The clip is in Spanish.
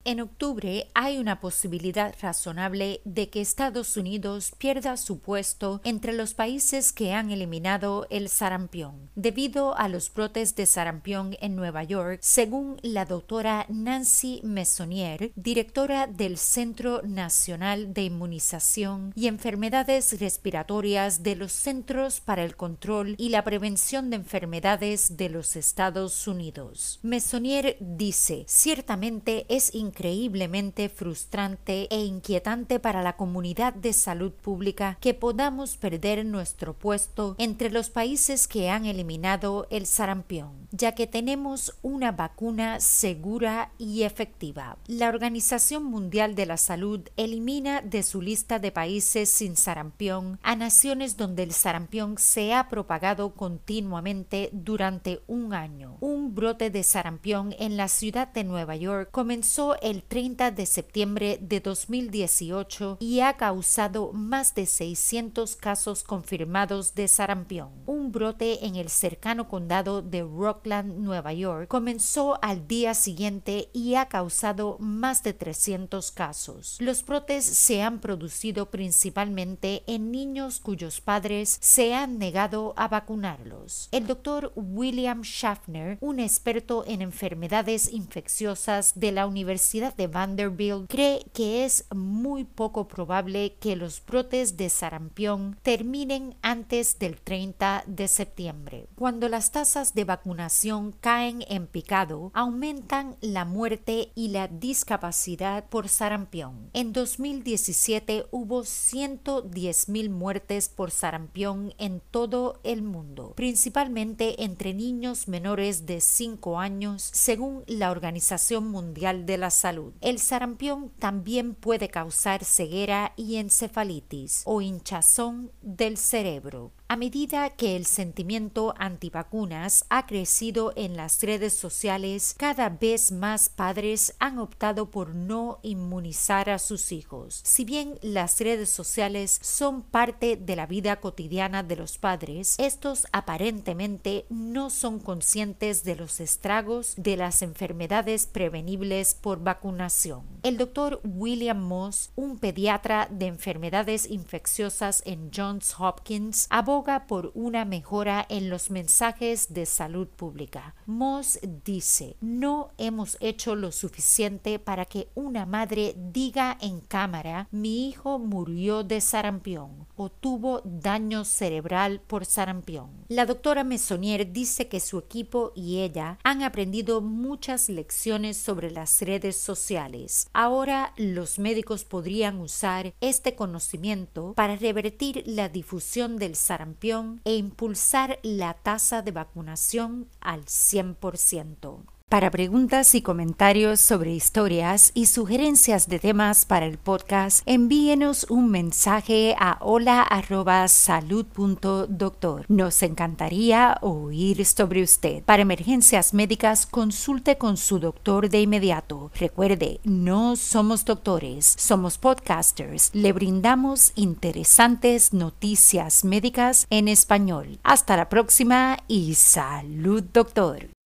En octubre hay una posibilidad razonable de que Estados Unidos pierda su puesto entre los países que han eliminado el sarampión, debido a los brotes de sarampión en Nueva York, según la doctora Nancy Messonnier, directora del Centro Nacional de Inmunización y Enfermedades Respiratorias de los Centros para el Control y la Prevención de Enfermedades de los Estados Unidos. Messonnier dice: ciertamente es increíblemente frustrante e inquietante para la comunidad de salud pública que podamos perder nuestro puesto entre los países que han eliminado el sarampión, ya que tenemos una vacuna segura y efectiva. La Organización Mundial de la Salud elimina de su lista de países sin sarampión a naciones donde el sarampión se ha propagado continuamente durante un año. Un brote de sarampión en la ciudad de Nueva York comenzó el 30 de septiembre de 2018 y ha causado más de 600 casos confirmados de sarampión. Un brote en el cercano condado de Rockland, Nueva York, comenzó al día siguiente y ha causado más de 300 casos. Los brotes se han producido principalmente en niños cuyos padres se han negado a vacunarlos. El doctor William Schaffner, un experto en enfermedades infecciosas de la Universidad de Vanderbilt, cree que es muy poco probable que los brotes de sarampión terminen antes del 30 de septiembre. Cuando las tasas de vacunación caen en picado, aumentan la muerte y la discapacidad por sarampión. En 2017 hubo 110,000 muertes por sarampión en todo el mundo, principalmente entre niños menores de 5 años, según la Organización Mundial de la Salud. El sarampión también puede causar ceguera y encefalitis o hinchazón del cerebro. A medida que el sentimiento antivacunas ha crecido en las redes sociales, cada vez más padres han optado por no inmunizar a sus hijos. Si bien las redes sociales son parte de la vida cotidiana de los padres, estos aparentemente no son conscientes de los estragos de las enfermedades prevenibles por vacunación. El doctor William Moss, un pediatra de enfermedades infecciosas en Johns Hopkins, aboga por una mejora en los mensajes de salud pública. Moss dice: no hemos hecho lo suficiente para que una madre diga en cámara: mi hijo murió de sarampión o tuvo daño cerebral por sarampión. La doctora Messonnier dice que su equipo y ella han aprendido muchas lecciones sobre las redes sociales. Ahora los médicos podrían usar este conocimiento para revertir la difusión del sarampión e impulsar la tasa de vacunación al 100%. Para preguntas y comentarios sobre historias y sugerencias de temas para el podcast, envíenos un mensaje a hola@salud.doctor. Nos encantaría oír sobre usted. Para emergencias médicas, consulte con su doctor de inmediato. Recuerde, no somos doctores, somos podcasters. Le brindamos interesantes noticias médicas en español. Hasta la próxima y salud, doctor.